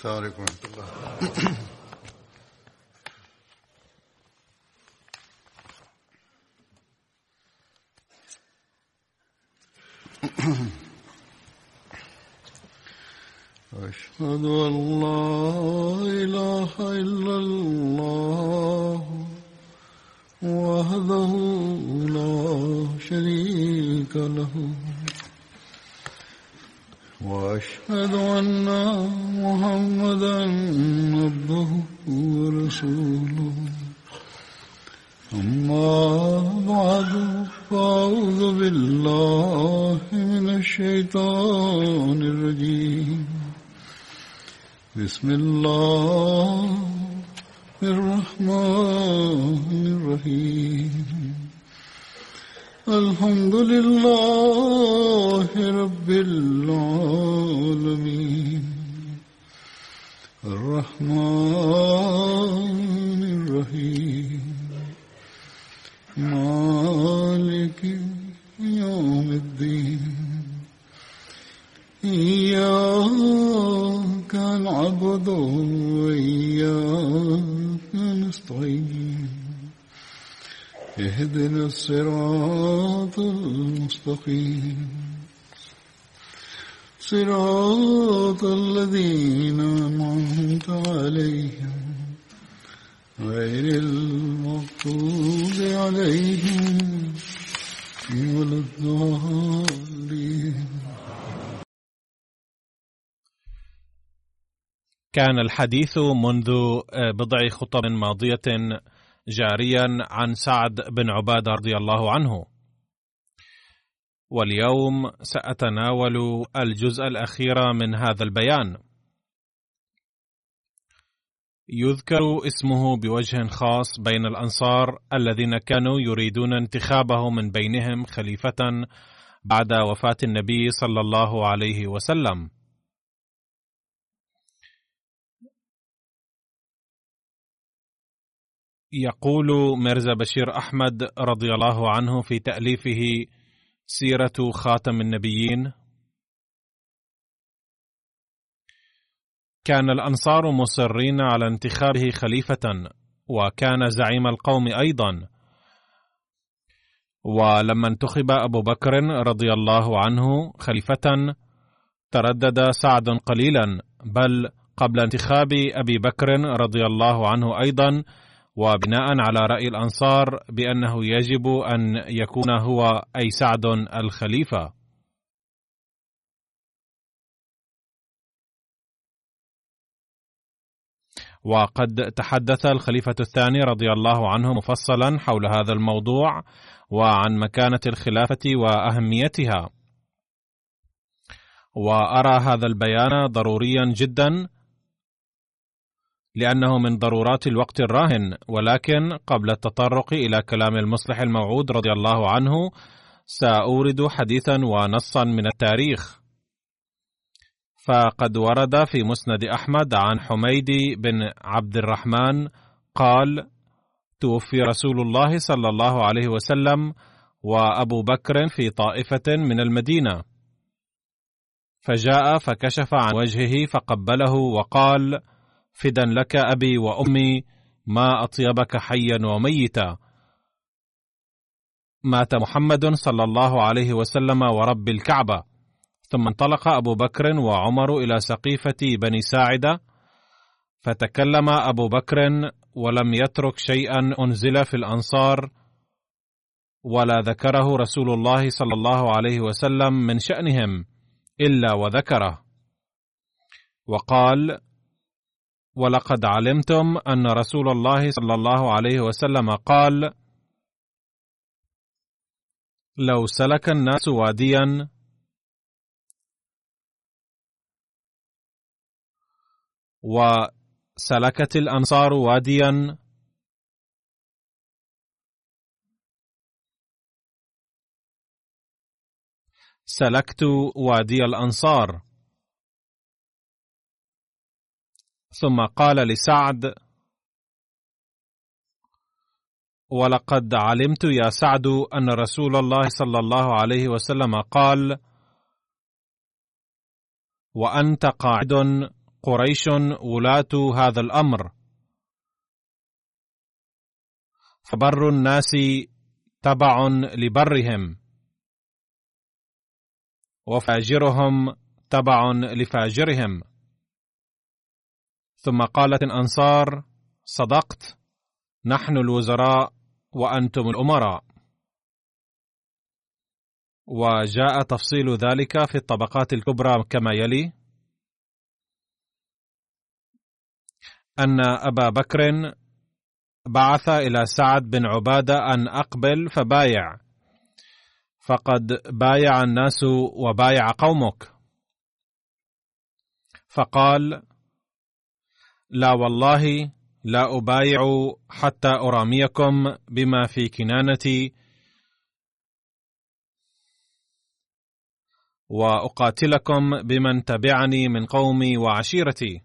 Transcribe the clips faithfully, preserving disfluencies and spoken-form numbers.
السلام عليكم ورحمة الله. أشهد أن لا إله إلا الله وحده لا شريك له وأشهد أن محمدا عبده ورسوله أما بعد فأعوذ بالله من الشيطان الرجيم بسم الله الرحمن الرحيم الحمد لله رب العالمين الرحمن الرحيم مالك يوم الدين إياك نعبد وإياك نستعين اهدنا الصراط المستقيم صراط الذين أنعمت عليهم غير المغضوب عليهم ولا الضالين. كان الحديث منذ بضع خطب ماضية جاريا عن سعد بن عبادة رضي الله عنه، واليوم سأتناول الجزء الأخير من هذا البيان. يذكر اسمه بوجه خاص بين الأنصار الذين كانوا يريدون انتخابه من بينهم خليفة بعد وفاة النبي صلى الله عليه وسلم. يقول ميرزا بشير أحمد رضي الله عنه في تأليفه سيرة خاتم النبيين: كان الأنصار مصرين على انتخابه خليفة، وكان زعيم القوم أيضا. ولما انتخب أبو بكر رضي الله عنه خليفة تردد سعد قليلا، بل قبل انتخاب أبي بكر رضي الله عنه أيضا، وبناء على رأي الأنصار بأنه يجب أن يكون هو أي سعد الخليفة. وقد تحدث الخليفة الثاني رضي الله عنه مفصلا حول هذا الموضوع وعن مكانة الخلافة وأهميتها، وأرى هذا البيان ضروريا جدا لأنه من ضرورات الوقت الراهن. ولكن قبل التطرق إلى كلام المصلح الموعود رضي الله عنه سأورد حديثا ونصا من التاريخ. فقد ورد في مسند أحمد عن حميد بن عبد الرحمن قال: توفي رسول الله صلى الله عليه وسلم وأبو بكر في طائفة من المدينة، فجاء فكشف عن وجهه فقبله وقال: فدا لك أبي وأمي، ما أطيبك حيا وميتا. مات محمد صلى الله عليه وسلم ورب الكعبة. ثم انطلق أبو بكر وعمر إلى سقيفة بني ساعدة، فتكلم أبو بكر ولم يترك شيئا أنزل في الأنصار ولا ذكره رسول الله صلى الله عليه وسلم من شأنهم إلا وذكره، وقال: ولقد علمتم أن رسول الله صلى الله عليه وسلم قال: لو سلك الناس واديا وسلكت الأنصار واديا سلكت وادي الأنصار. ثم قال لسعد: ولقد علمت يا سعد أن رسول الله صلى الله عليه وسلم قال: وأنت قاعد قريش ولاة هذا الأمر، فبر الناس تبع لبرهم، وفاجرهم تبع لفاجرهم. ثم قالت الأنصار: صدقت، نحن الوزراء وأنتم الأمراء. وجاء تفصيل ذلك في الطبقات الكبرى كما يلي: أن أبا بكر بعث إلى سعد بن عبادة أن أقبل فبايع، فقد بايع الناس وبايع قومك. فقال: لا والله لا أبايع حتى أراميكم بما في كنانتي وأقاتلكم بمن تبعني من قومي وعشيرتي.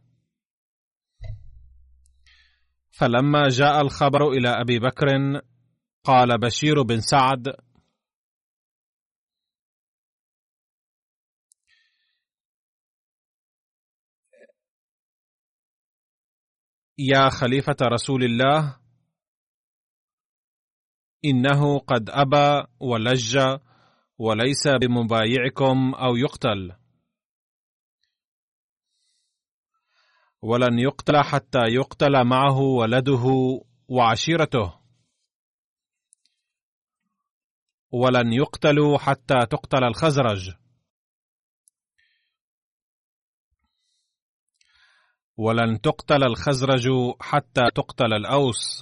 فلما جاء الخبر إلى أبي بكر قال بشير بن سعد: يا خليفة رسول الله، إنه قد أبى ولج وليس بمبايعكم أو يقتل، ولن يقتل حتى يقتل معه ولده وعشيرته، ولن يقتلوا حتى تقتل الخزرج، ولن تقتل الخزرج حتى تقتل الأوس.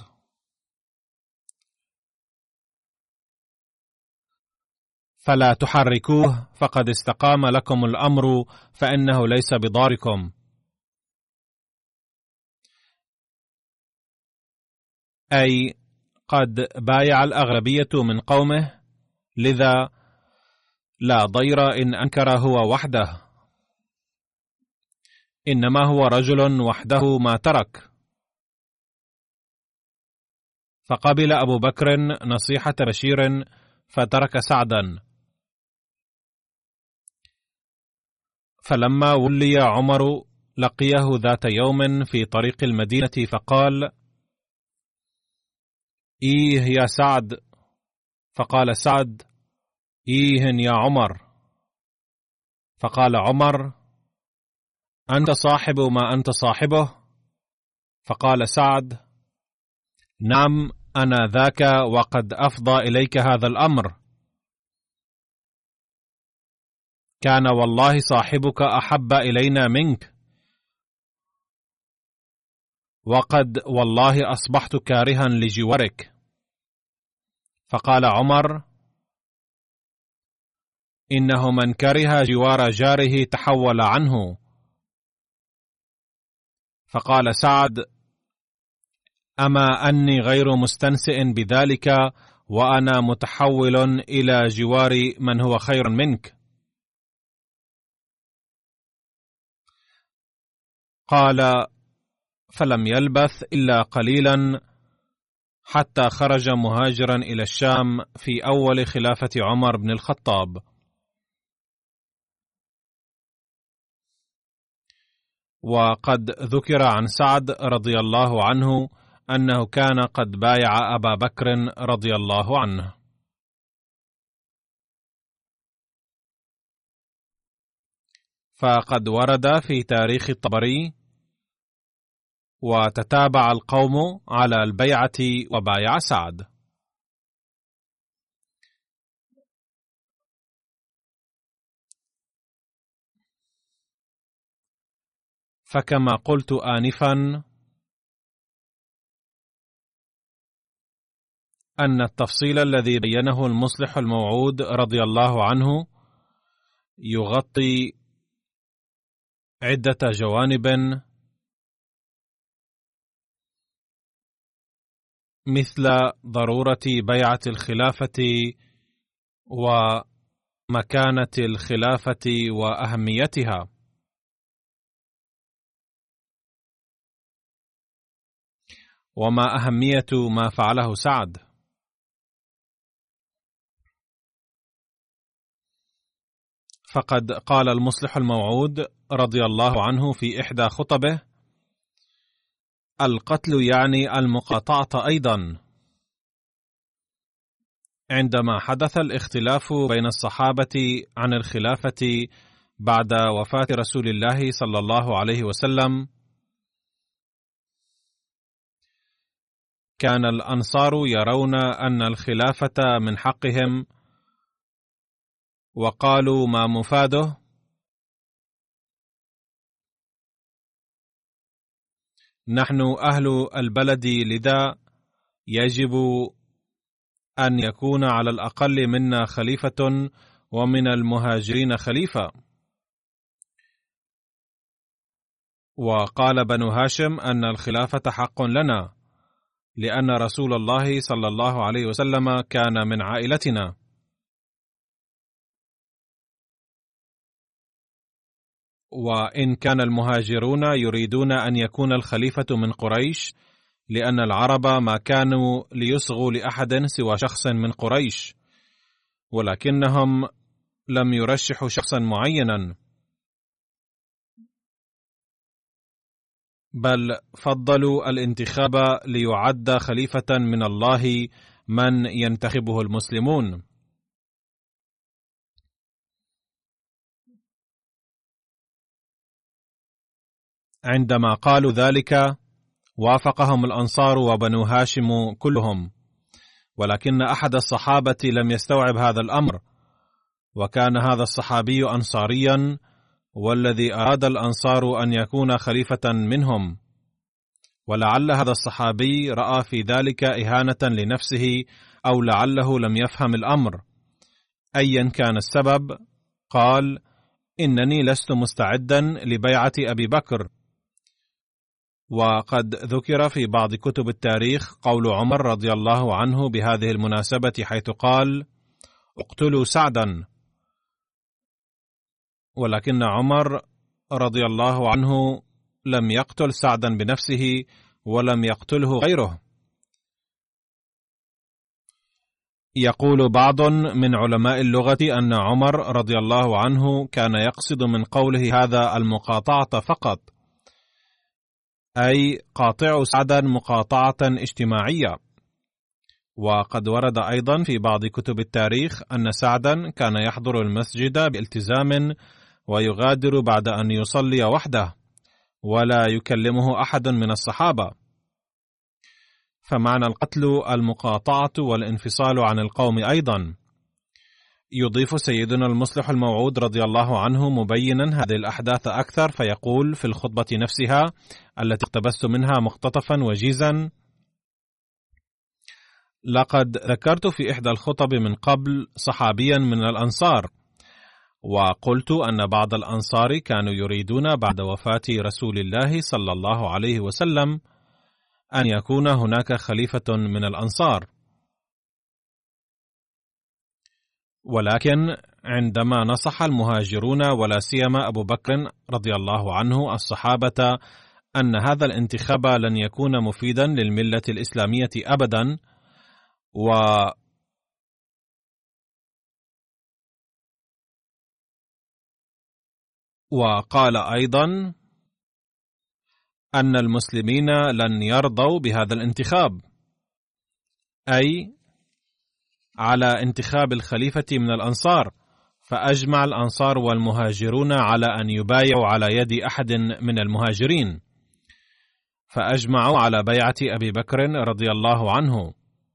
فلا تحركوه فقد استقام لكم الأمر، فإنه ليس بضاركم. أي قد بايع الأغلبية من قومه، لذا لا ضير إن أنكر هو وحده، إنما هو رجل وحده ما ترك. فقبل أبو بكر نصيحة بشير فترك سعدا. فلما ولي عمر لقيه ذات يوم في طريق المدينة فقال: إيه يا سعد؟ فقال سعد: إيه يا عمر؟ فقال عمر: أنت صاحب ما أنت صاحبه؟ فقال سعد: نعم أنا ذاك، وقد أفضى إليك هذا الأمر. كان والله صاحبك أحب إلينا منك، وقد والله أصبحت كارها لجوارك. فقال عمر: إنه من كره جوار جاره تحول عنه. فقال سعد: أما أني غير مستنسئ بذلك، وأنا متحول إلى جوار من هو خير منك. قال: فلم يلبث إلا قليلا حتى خرج مهاجرا إلى الشام في أول خلافة عمر بن الخطاب. وقد ذكر عن سعد رضي الله عنه أنه كان قد بايع أبا بكر رضي الله عنه. فقد ورد في تاريخ الطبري: وتتابع القوم على البيعة وبايع سعد. فكما قلت آنفا أن التفصيل الذي بينه المصلح الموعود رضي الله عنه يغطي عدة جوانب، مثل ضرورة بيعة الخلافة ومكانة الخلافة وأهميتها، وما أهمية ما فعله سعد. فقد قال المصلح الموعود رضي الله عنه في إحدى خطبه: القتل يعني المقاطعة أيضا. عندما حدث الاختلاف بين الصحابة عن الخلافة بعد وفاة رسول الله صلى الله عليه وسلم، كان الأنصار يرون أن الخلافة من حقهم، وقالوا: ما مفاده؟ نحن أهل البلد، لذا يجب أن يكون على الأقل منا خليفة، ومن المهاجرين خليفة. وقال بنو هاشم أن الخلافة حق لنا، لأن رسول الله صلى الله عليه وسلم كان من عائلتنا. وإن كان المهاجرون يريدون أن يكون الخليفة من قريش، لأن العرب ما كانوا ليصغوا لأحد سوى شخص من قريش، ولكنهم لم يرشحوا شخصا معينا، بل فضلوا الانتخاب ليعد خليفة من الله من ينتخبه المسلمون. عندما قالوا ذلك وافقهم الأنصار وبنو هاشم كلهم، ولكن أحد الصحابة لم يستوعب هذا الأمر، وكان هذا الصحابي أنصاريا، والذي أراد الأنصار أن يكون خليفة منهم، ولعل هذا الصحابي رأى في ذلك إهانة لنفسه، أو لعله لم يفهم الأمر. أيا كان السبب، قال: إنني لست مستعدا لبيعة أبي بكر. وقد ذكر في بعض كتب التاريخ قول عمر رضي الله عنه بهذه المناسبة، حيث قال: اقتلوا سعدا. ولكن عمر رضي الله عنه لم يقتل سعدا بنفسه، ولم يقتله غيره. يقول بعض من علماء اللغة أن عمر رضي الله عنه كان يقصد من قوله هذا المقاطعة فقط، أي قاطعوا سعدا مقاطعة اجتماعية. وقد ورد أيضا في بعض كتب التاريخ أن سعدا كان يحضر المسجد بالتزام، ويغادر بعد أن يصلي وحده، ولا يكلمه أحد من الصحابة. فمعنى القتل المقاطعة والانفصال عن القوم أيضا. يضيف سيدنا المصلح الموعود رضي الله عنه مبينا هذه الأحداث أكثر، فيقول في الخطبة نفسها التي اقتبست منها مقتطفا وجيزا: لقد ذكرت في إحدى الخطب من قبل صحابيا من الأنصار، وقلت أن بعض الأنصار كانوا يريدون بعد وفاة رسول الله صلى الله عليه وسلم أن يكون هناك خليفة من الأنصار، ولكن عندما نصح المهاجرون ولا سيما أبو بكر رضي الله عنه الصحابة أن هذا الانتخاب لن يكون مفيدا للملة الإسلامية أبدا، و وقال أيضا أن المسلمين لن يرضوا بهذا الانتخاب، أي على انتخاب الخليفة من الأنصار، فأجمع الأنصار والمهاجرون على أن يبايعوا على يد أحد من المهاجرين، فأجمعوا على بيعة أبي بكر رضي الله عنه،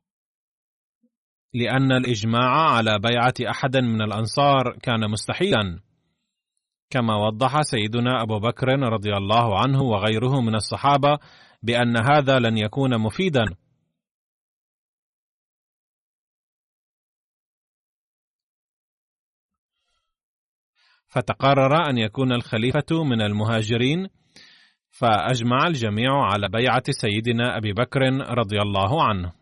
لأن الإجماع على بيعة أحد من الأنصار كان مستحيلا، كما وضح سيدنا أبو بكر رضي الله عنه وغيره من الصحابة بأن هذا لن يكون مفيدا. فتقرر أن يكون الخليفة من المهاجرين، فأجمع الجميع على بيعة سيدنا أبي بكر رضي الله عنه.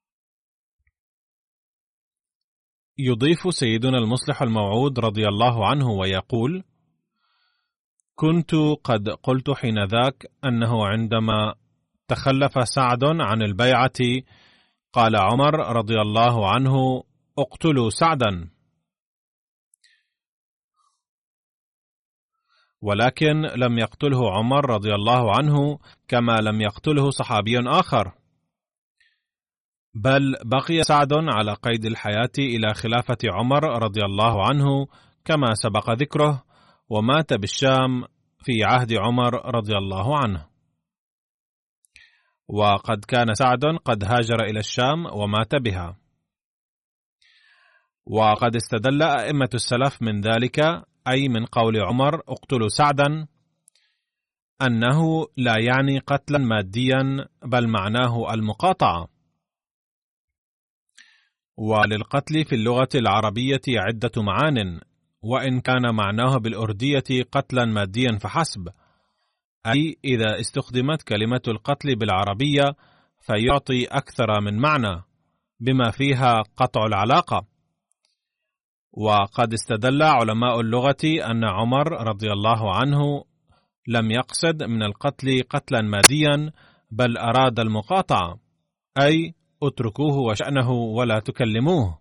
يضيف سيدنا المصلح الموعود رضي الله عنه ويقول: كنت قد قلت حينذاك أنه عندما تخلف سعد عن البيعة قال عمر رضي الله عنه: اقتلوا سعدا. ولكن لم يقتله عمر رضي الله عنه كما لم يقتله صحابي آخر، بل بقي سعد على قيد الحياة إلى خلافة عمر رضي الله عنه كما سبق ذكره، ومات بالشام في عهد عمر رضي الله عنه. وقد كان سعد قد هاجر إلى الشام ومات بها. وقد استدل أئمة السلف من ذلك، أي من قول عمر اقتلوا سعدا، أنه لا يعني قتلا ماديا، بل معناه المقاطعة. وللقتل في اللغة العربية عدة معان، وإن كان معناه بالأردية قتلا ماديا فحسب، أي إذا استخدمت كلمة القتل بالعربية فيعطي أكثر من معنى بما فيها قطع العلاقة. وقد استدل علماء اللغة أن عمر رضي الله عنه لم يقصد من القتل قتلا ماديا، بل أراد المقاطعة، أي اتركوه وشأنه ولا تكلموه.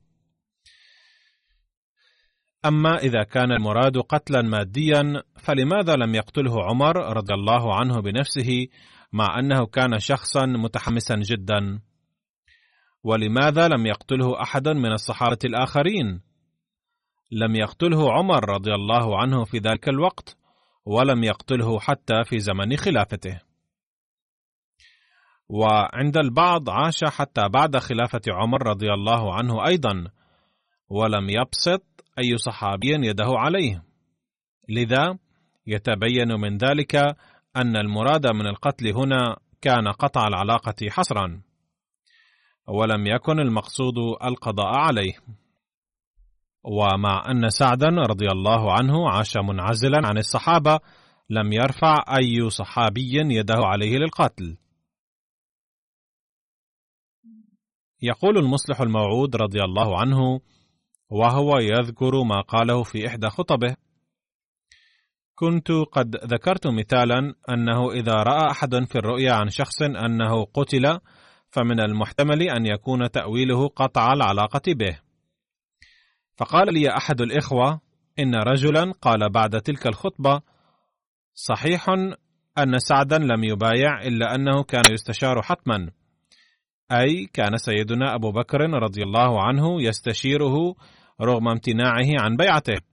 أما إذا كان المراد قتلا ماديا، فلماذا لم يقتله عمر رضي الله عنه بنفسه، مع أنه كان شخصا متحمسا جدا؟ ولماذا لم يقتله أحد من الصحابة الآخرين؟ لم يقتله عمر رضي الله عنه في ذلك الوقت، ولم يقتله حتى في زمن خلافته. وعند البعض عاش حتى بعد خلافة عمر رضي الله عنه أيضا، ولم يبسط أي صحابي يده عليه. لذا يتبين من ذلك أن المراد من القتل هنا كان قطع العلاقة حصرا، ولم يكن المقصود القضاء عليه. ومع أن سعدا رضي الله عنه عاش منعزلا عن الصحابة، لم يرفع أي صحابي يده عليه للقتل. يقول المصلح الموعود رضي الله عنه وهو يذكر ما قاله في إحدى خطبه: كنت قد ذكرت مثالا أنه إذا رأى أحد في الرؤيا عن شخص أنه قتل، فمن المحتمل أن يكون تأويله قطع العلاقة به. فقال لي أحد الإخوة إن رجلا قال بعد تلك الخطبة: صحيح أن سعدا لم يبايع، إلا أنه كان يستشار حتما، أي كان سيدنا أبو بكر رضي الله عنه يستشيره رغم امتناعه عن بيعته.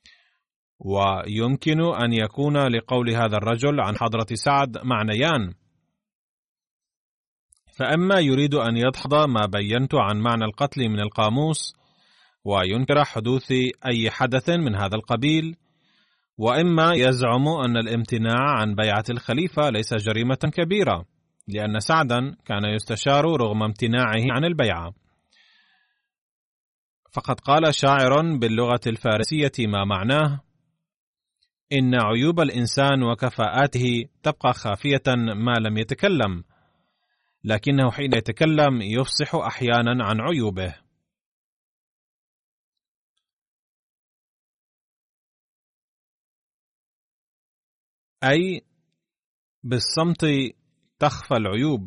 ويمكن أن يكون لقول هذا الرجل عن حضرة سعد معنيان: فأما يريد أن يدحض ما بينت عن معنى القتل من القاموس وينكر حدوث أي حدث من هذا القبيل، وإما يزعم أن الامتناع عن بيعة الخليفة ليس جريمة كبيرة، لأن سعدا كان يستشار رغم امتناعه عن البيعة. فقد قال شاعر باللغة الفارسية ما معناه: إن عيوب الإنسان وكفاءاته تبقى خافية ما لم يتكلم، لكنه حين يتكلم يفصح أحيانا عن عيوبه. أي بالصمت تخفى العيوب،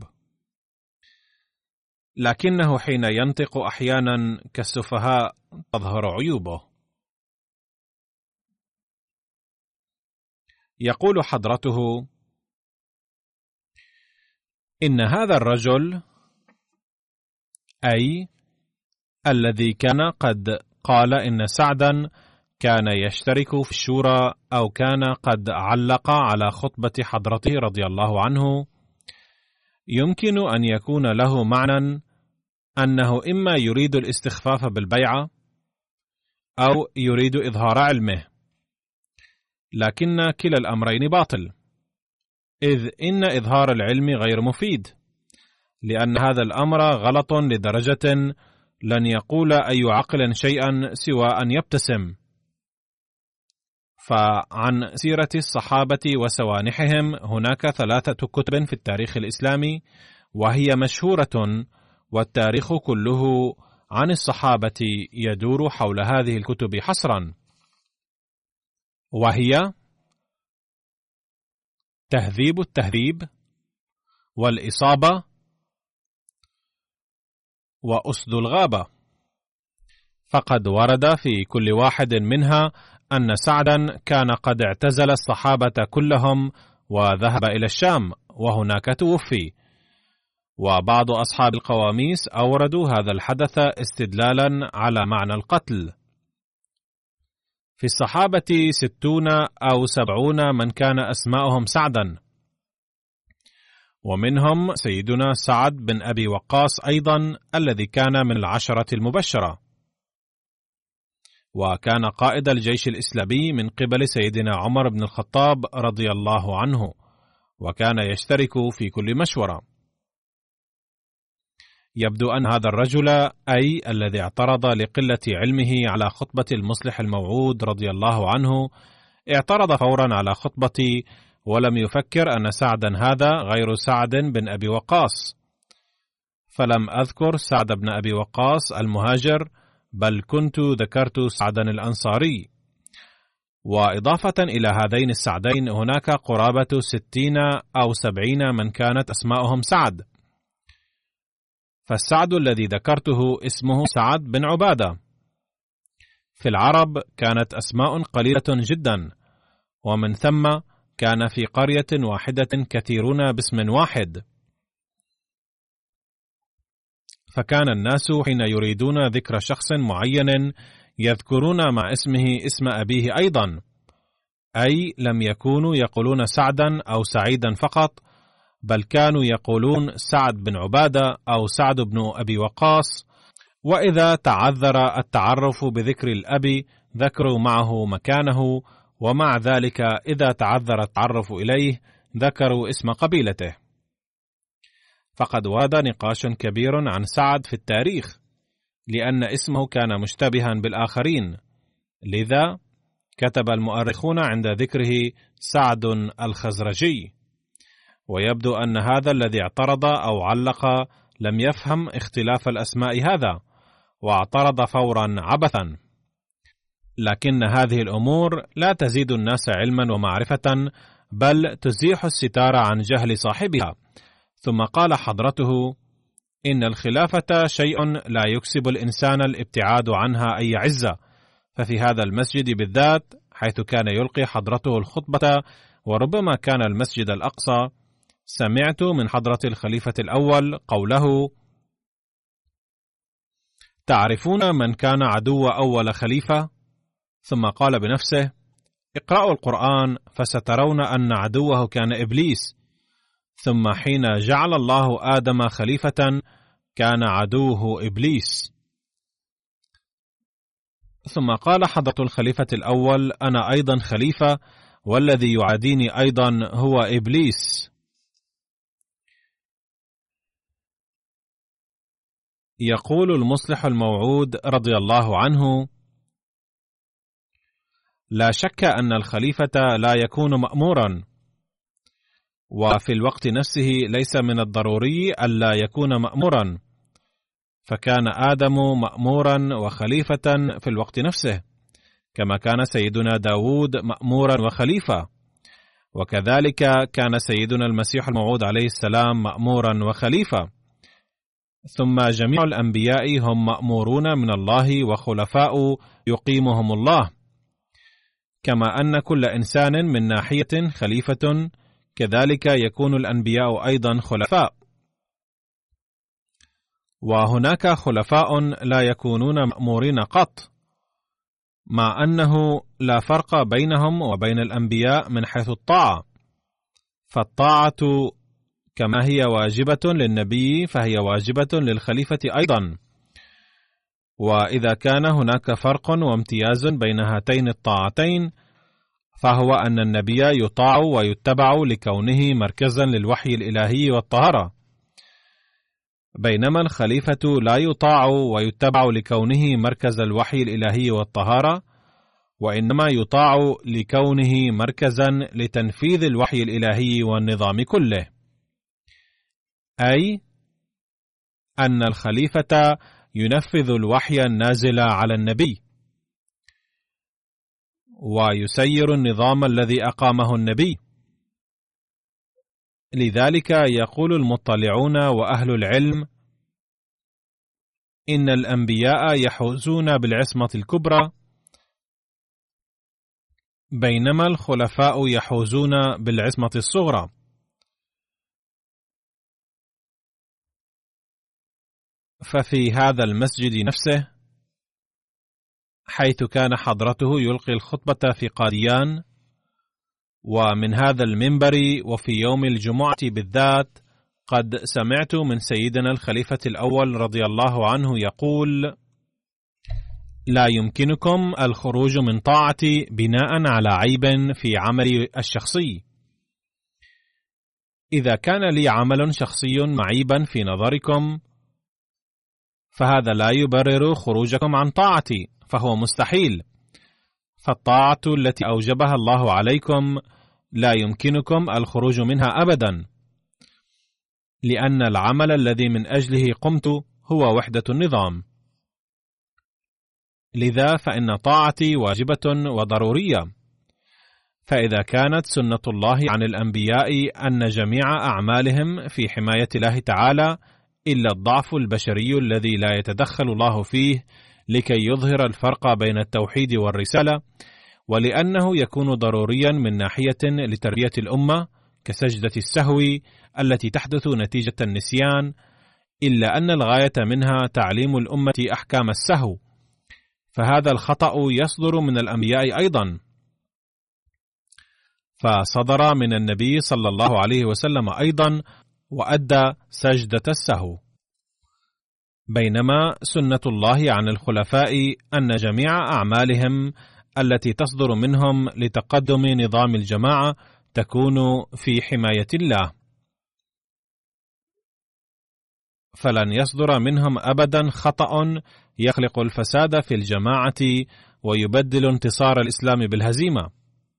لكنه حين ينطق أحيانا كالسفهاء تظهر عيوبه. يقول حضرته: إن هذا الرجل، أي الذي كان قد قال إن سعدا كان يشترك في الشورى، أو كان قد علق على خطبة حضرته رضي الله عنه، يمكن أن يكون له معنى أنه إما يريد الاستخفاف بالبيعة أو يريد إظهار علمه، لكن كلا الأمرين باطل، إذ إن إظهار العلم غير مفيد، لأن هذا الأمر غلط لدرجة لن يقول أي عقل شيئا سوى أن يبتسم. فعن سيرة الصحابة وسوانحهم هناك ثلاثة كتب في التاريخ الإسلامي، وهي مشهورة، والتاريخ كله عن الصحابة يدور حول هذه الكتب حصرا، وهي تهذيب التهذيب، والإصابة، وأسد الغابة. فقد ورد في كل واحد منها أن سعدا كان قد اعتزل الصحابة كلهم وذهب إلى الشام، وهناك توفي. وبعض أصحاب القواميس أوردوا هذا الحدث استدلالا على معنى القتل. في الصحابة ستون أو سبعون من كان أسماؤهم سعدا، ومنهم سيدنا سعد بن أبي وقاص أيضا الذي كان من العشرة المبشرة، وكان قائد الجيش الإسلامي من قبل سيدنا عمر بن الخطاب رضي الله عنه، وكان يشترك في كل مشورة. يبدو أن هذا الرجل، أي الذي اعترض لقلة علمه على خطبة المصلح الموعود رضي الله عنه، اعترض فورا على خطبتي، ولم يفكر أن سعدا هذا غير سعد بن أبي وقاص، فلم أذكر سعد بن أبي وقاص المهاجر، بل كنت ذكرت سعدا الأنصاري. وإضافة إلى هذين السعدين هناك قرابة ستين أو سبعين من كانت أسماؤهم سعد. فالسعد الذي ذكرته اسمه سعد بن عبادة. في العرب كانت أسماء قليلة جدا، ومن ثم كان في قرية واحدة كثيرون باسم واحد، فكان الناس حين يريدون ذكر شخص معين يذكرون مع اسمه اسم أبيه أيضا، أي لم يكونوا يقولون سعدا أو سعيدا فقط، بل كانوا يقولون سعد بن عبادة أو سعد بن أبي وقاص. وإذا تعذر التعرف بذكر الأب ذكروا معه مكانه، ومع ذلك إذا تعذر التعرف إليه ذكروا اسم قبيلته. فقد ورد نقاش كبير عن سعد في التاريخ، لأن اسمه كان مشتبها بالآخرين، لذا كتب المؤرخون عند ذكره سعد الخزرجي. ويبدو أن هذا الذي اعترض أو علق لم يفهم اختلاف الأسماء هذا، واعترض فورا عبثا. لكن هذه الأمور لا تزيد الناس علما ومعرفة، بل تزيح الستار عن جهل صاحبها. ثم قال حضرته: إن الخلافة شيء لا يكسب الإنسان الابتعاد عنها أي عزة. ففي هذا المسجد بالذات، حيث كان يلقي حضرته الخطبة، وربما كان المسجد الأقصى، سمعت من حضرة الخليفة الأول قوله: تعرفون من كان عدو أول خليفة؟ ثم قال بنفسه: اقرأوا القرآن فسترون أن عدوه كان إبليس. ثم حين جعل الله آدم خليفة كان عدوه إبليس. ثم قال حضرة الخليفة الأول: أنا أيضا خليفة، والذي يعاديني أيضا هو إبليس. يقول المصلح الموعود رضي الله عنه: لا شك أن الخليفة لا يكون مأمورا، وفي الوقت نفسه ليس من الضروري ألا يكون مأمورا، فكان آدم مأمورا وخليفة في الوقت نفسه، كما كان سيدنا داود مأمورا وخليفة، وكذلك كان سيدنا المسيح الموعود عليه السلام مأمورا وخليفة. ثم جميع الأنبياء هم مأمورون من الله وخلفاء يقيمهم الله، كما أن كل إنسان من ناحية خليفة، كذلك يكون الأنبياء أيضا خلفاء. وهناك خلفاء لا يكونون مأمورين قط، مع أنه لا فرق بينهم وبين الأنبياء من حيث الطاعة، فالطاعة كما هي واجبة للنبي فهي واجبة للخليفة أيضا. وإذا كان هناك فرق وامتياز بين هاتين الطاعتين، فهو أن النبي يطاع ويتبع لكونه مركزا للوحي الإلهي والطهارة، بينما الخليفة لا يطاع ويتبع لكونه مركز الوحي الإلهي والطهارة، وإنما يطاع لكونه مركزا لتنفيذ الوحي الإلهي والنظام كله، أي أن الخليفة ينفذ الوحي النازل على النبي، ويسير النظام الذي أقامه النبي. لذلك يقول المطلعون وأهل العلم: إن الأنبياء يحوزون بالعصمة الكبرى، بينما الخلفاء يحوزون بالعصمة الصغرى. ففي هذا المسجد نفسه، حيث كان حضرته يلقي الخطبة في قاديان، ومن هذا المنبر وفي يوم الجمعة بالذات، قد سمعت من سيدنا الخليفة الأول رضي الله عنه يقول: لا يمكنكم الخروج من طاعتي بناء على عيب في عملي الشخصي. إذا كان لي عمل شخصي معيبا في نظركم، فهذا لا يبرر خروجكم عن طاعتي، فهو مستحيل. فالطاعة التي أوجبها الله عليكم لا يمكنكم الخروج منها أبدا، لأن العمل الذي من أجله قمت هو وحدة النظام. لذا فإن طاعتي واجبة وضرورية. فإذا كانت سنة الله عن الأنبياء أن جميع أعمالهم في حماية الله تعالى إلا الضعف البشري الذي لا يتدخل الله فيه لكي يظهر الفرق بين التوحيد والرسالة، ولأنه يكون ضروريا من ناحية لتربية الأمة كسجدة السهو التي تحدث نتيجة النسيان، إلا أن الغاية منها تعليم الأمة أحكام السهو، فهذا الخطأ يصدر من الأنبياء أيضا. فصدر من النبي صلى الله عليه وسلم أيضا، وأدى سجدة السهو. بينما سنة الله عن الخلفاء أن جميع أعمالهم التي تصدر منهم لتقدم نظام الجماعة تكون في حماية الله، فلن يصدر منهم أبدا خطأ يخلق الفساد في الجماعة ويبدل انتصار الإسلام بالهزيمة،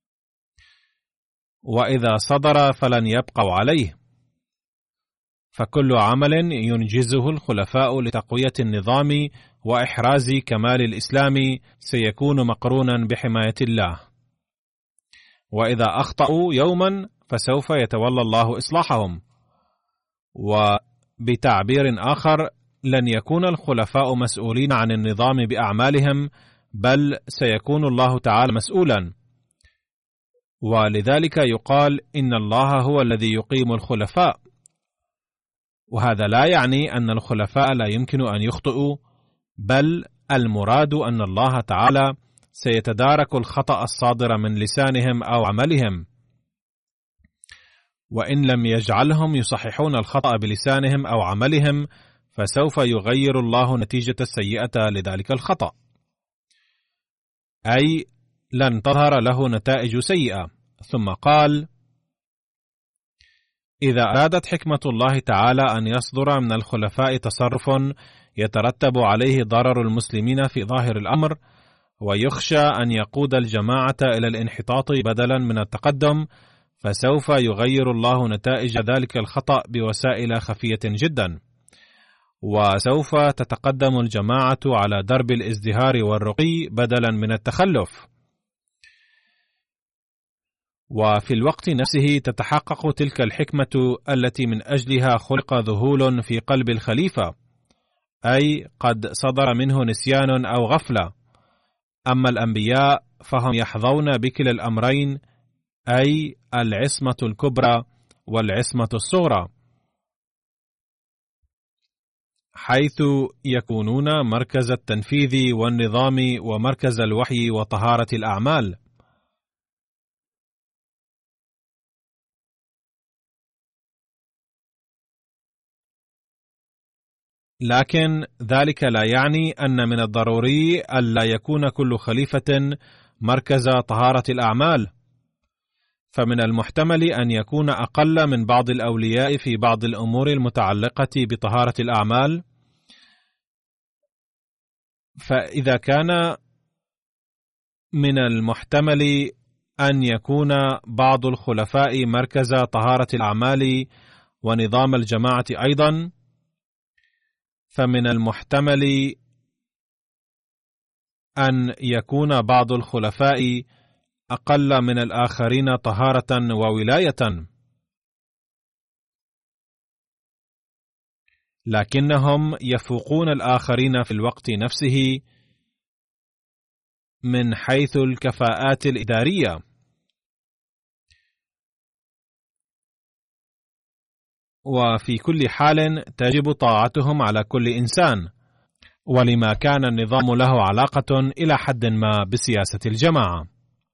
وإذا صدر فلن يبقوا عليه. فكل عمل ينجزه الخلفاء لتقوية النظام وإحراز كمال الإسلام سيكون مقرونا بحماية الله، وإذا أخطأوا يوما فسوف يتولى الله إصلاحهم. وبتعبير آخر، لن يكون الخلفاء مسؤولين عن النظام بأعمالهم، بل سيكون الله تعالى مسؤولا. ولذلك يقال إن الله هو الذي يقيم الخلفاء، وهذا لا يعني أن الخلفاء لا يمكن أن يخطئوا، بل المراد أن الله تعالى سيتدارك الخطأ الصادر من لسانهم أو عملهم، وإن لم يجعلهم يصححون الخطأ بلسانهم أو عملهم فسوف يغير الله نتيجة السيئة لذلك الخطأ، أي لن تظهر له نتائج سيئة. ثم قال: إذا أرادت حكمة الله تعالى أن يصدر من الخلفاء تصرف يترتب عليه ضرر المسلمين في ظاهر الأمر، ويخشى أن يقود الجماعة إلى الانحطاط بدلا من التقدم، فسوف يغير الله نتائج ذلك الخطأ بوسائل خفية جدا، وسوف تتقدم الجماعة على درب الازدهار والرقي بدلا من التخلف. وفي الوقت نفسه تتحقق تلك الحكمة التي من أجلها خلق ذهول في قلب الخليفة، أي قد صدر منه نسيان أو غفلة. أما الأنبياء فهم يحظون بكلا الأمرين، أي العصمة الكبرى والعصمة الصغرى، حيث يكونون مركز التنفيذ والنظام ومركز الوحي وطهارة الأعمال. لكن ذلك لا يعني أن من الضروري ألا يكون كل خليفة مركز طهارة الأعمال، فمن المحتمل أن يكون أقل من بعض الأولياء في بعض الأمور المتعلقة بطهارة الأعمال. فإذا كان من المحتمل أن يكون بعض الخلفاء مركز طهارة الأعمال ونظام الجماعة أيضا، فمن المحتمل أن يكون بعض الخلفاء أقل من الآخرين طهارة وولاية، لكنهم يفوقون الآخرين في الوقت نفسه من حيث الكفاءات الإدارية، وفي كل حال تجب طاعتهم على كل إنسان، ولما كان النظام له علاقة إلى حد ما بسياسة الجماعة.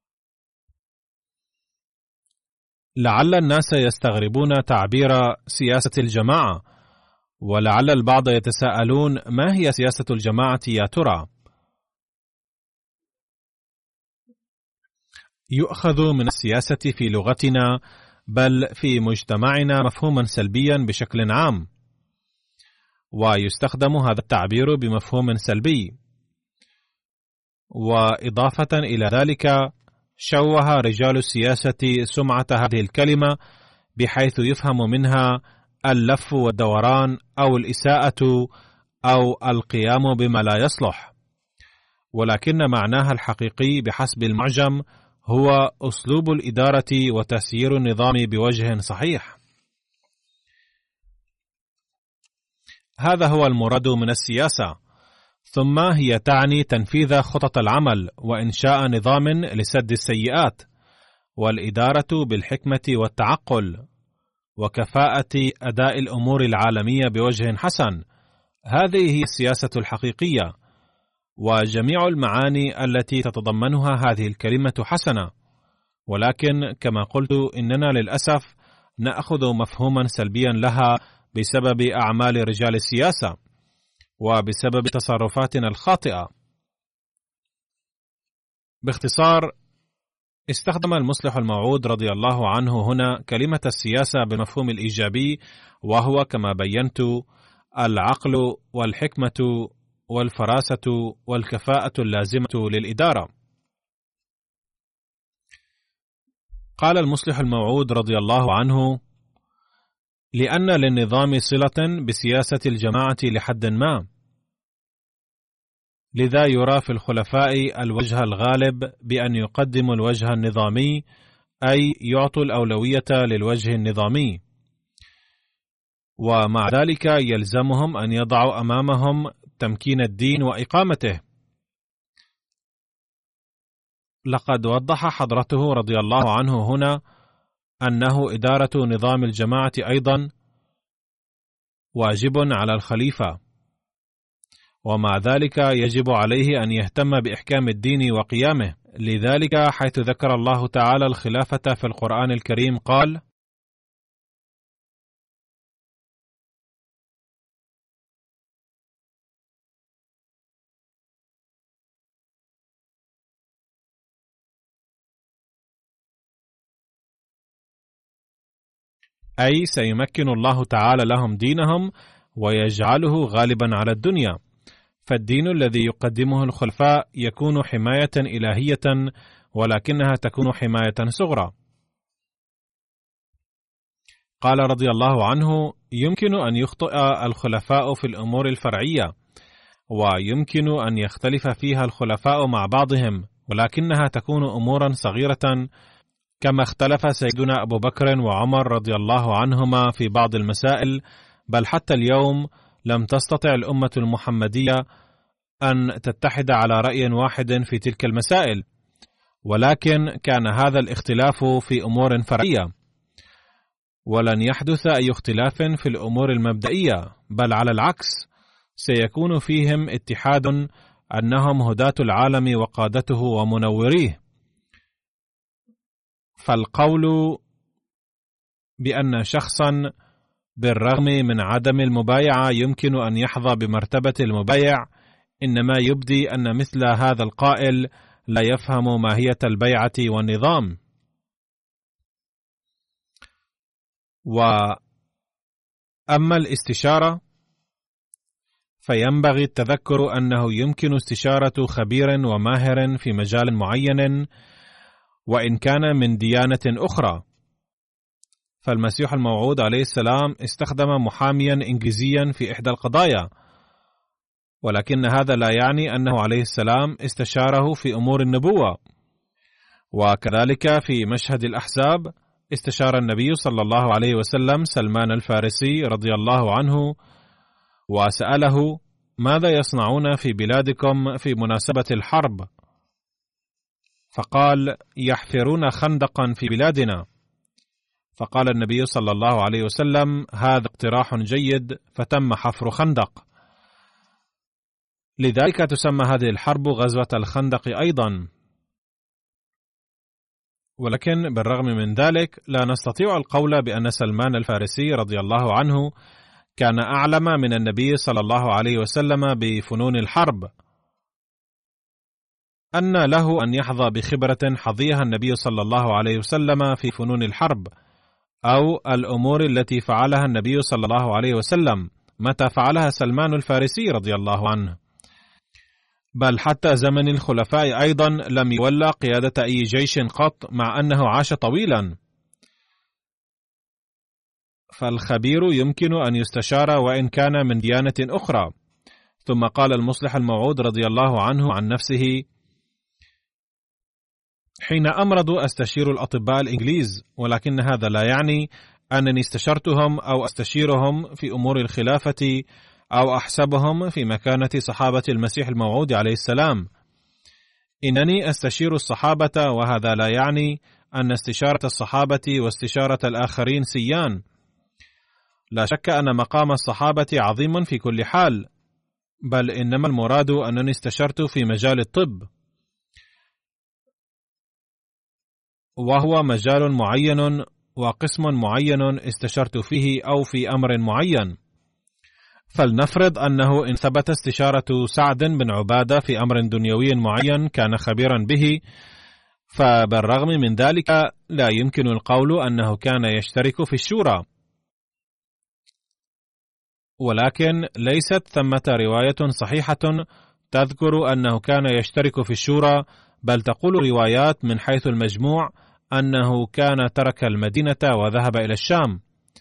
لعل الناس يستغربون تعبير سياسة الجماعة، ولعل البعض يتساءلون ما هي سياسة الجماعة يا ترى؟ يؤخذ من السياسة في لغتنا بل في مجتمعنا مفهوما سلبيا بشكل عام، ويستخدم هذا التعبير بمفهوم سلبي. وإضافة إلى ذلك شوه رجال السياسة سمعة هذه الكلمة بحيث يفهم منها اللف والدوران أو الإساءة أو القيام بما لا يصلح، ولكن معناها الحقيقي بحسب المعجم هو أسلوب الإدارة وتسيير النظام بوجه صحيح. هذا هو المراد من السياسة، ثم هي تعني تنفيذ خطط العمل وإنشاء نظام لسد السيئات، والإدارة بالحكمة والتعقل، وكفاءة أداء الأمور العالمية بوجه حسن. هذه هي السياسة الحقيقية، وجميع المعاني التي تتضمنها هذه الكلمة حسنة، ولكن كما قلت إننا للأسف نأخذ مفهوما سلبيا لها بسبب أعمال رجال السياسة وبسبب تصرفاتنا الخاطئة. باختصار، استخدم المصلح الموعود رضي الله عنه هنا كلمة السياسة بالمفهوم الإيجابي، وهو كما بينت العقل والحكمة والفراسة والكفاءة اللازمة للإدارة. قال المصلح الموعود رضي الله عنه: لأن للنظام صلة بسياسة الجماعة لحد ما، لذا يرى في الخلفاء الوجه الغالب بأن يقدموا الوجه النظامي، أي يعطوا الأولوية للوجه النظامي، ومع ذلك يلزمهم أن يضعوا أمامهم تمكين الدين وإقامته. لقد وضح حضرته رضي الله عنه هنا أنه إدارة نظام الجماعة أيضا واجب على الخليفة، ومع ذلك يجب عليه أن يهتم بإحكام الدين وقيامه. لذلك حيث ذكر الله تعالى الخلافة في القرآن الكريم قال: أي سيمكن الله تعالى لهم دينهم ويجعله غالبا على الدنيا، فالدين الذي يقدمه الخلفاء يكون حماية إلهية، ولكنها تكون حماية صغرى. قال رضي الله عنه: يمكن أن يخطئ الخلفاء في الأمور الفرعية، ويمكن أن يختلف فيها الخلفاء مع بعضهم، ولكنها تكون أمورا صغيرة، كما اختلف سيدنا أبو بكر وعمر رضي الله عنهما في بعض المسائل، بل حتى اليوم لم تستطع الأمة المحمدية أن تتحد على رأي واحد في تلك المسائل، ولكن كان هذا الاختلاف في أمور فرعية، ولن يحدث أي اختلاف في الأمور المبدئية، بل على العكس سيكون فيهم اتحاد أنهم هداة العالم وقادته ومنوريه. فالقول بأن شخصا بالرغم من عدم المبايعة يمكن أن يحظى بمرتبة المبايع إنما يبدي أن مثل هذا القائل لا يفهم ماهية البيعة والنظام. وأما الاستشارة فينبغي التذكر أنه يمكن استشارة خبير وماهر في مجال معين وإن كان من ديانة أخرى. فالمسيح الموعود عليه السلام استخدم محاميا إنجليزيا في إحدى القضايا، ولكن هذا لا يعني أنه عليه السلام استشاره في أمور النبوة. وكذلك في مشهد الأحزاب استشار النبي صلى الله عليه وسلم سلمان الفارسي رضي الله عنه وسأله: ماذا يصنعون في بلادكم في مناسبة الحرب؟ فقال: يحفرون خندقا في بلادنا. فقال النبي صلى الله عليه وسلم: هذا اقتراح جيد، فتم حفر خندق. لذلك تسمى هذه الحرب غزوة الخندق أيضا. ولكن بالرغم من ذلك لا نستطيع القول بأن سلمان الفارسي رضي الله عنه كان أعلم من النبي صلى الله عليه وسلم بفنون الحرب، أن له أن يحظى بخبرة حظيها النبي صلى الله عليه وسلم في فنون الحرب، أو الأمور التي فعلها النبي صلى الله عليه وسلم متى فعلها سلمان الفارسي رضي الله عنه. بل حتى زمن الخلفاء أيضا لم يولى قيادة أي جيش قط، مع أنه عاش طويلا. فالخبير يمكن أن يستشار وإن كان من ديانة أخرى. ثم قال المصلح الموعود رضي الله عنه عن نفسه: حين أمرض أستشير الأطباء الإنجليز، ولكن هذا لا يعني أنني استشرتهم أو أستشيرهم في أمور الخلافة أو أحسبهم في مكانة صحابة المسيح الموعود عليه السلام. إنني أستشير الصحابة، وهذا لا يعني أن استشارة الصحابة واستشارة الآخرين سيان. لا شك أن مقام الصحابة عظيم في كل حال، بل إنما المراد أنني استشرت في مجال الطب، وهو مجال معين وقسم معين استشرت فيه أو في أمر معين. فلنفرض أنه إن ثبت استشارة سعد بن عبادة في أمر دنيوي معين كان خبيرا به، فبالرغم من ذلك لا يمكن القول أنه كان يشترك في الشورى. ولكن ليست ثمة رواية صحيحة تذكر أنه كان يشترك في الشورى، بل تقول روايات من حيث المجموع أنه كان ترك المدينة وذهب إلى الشام.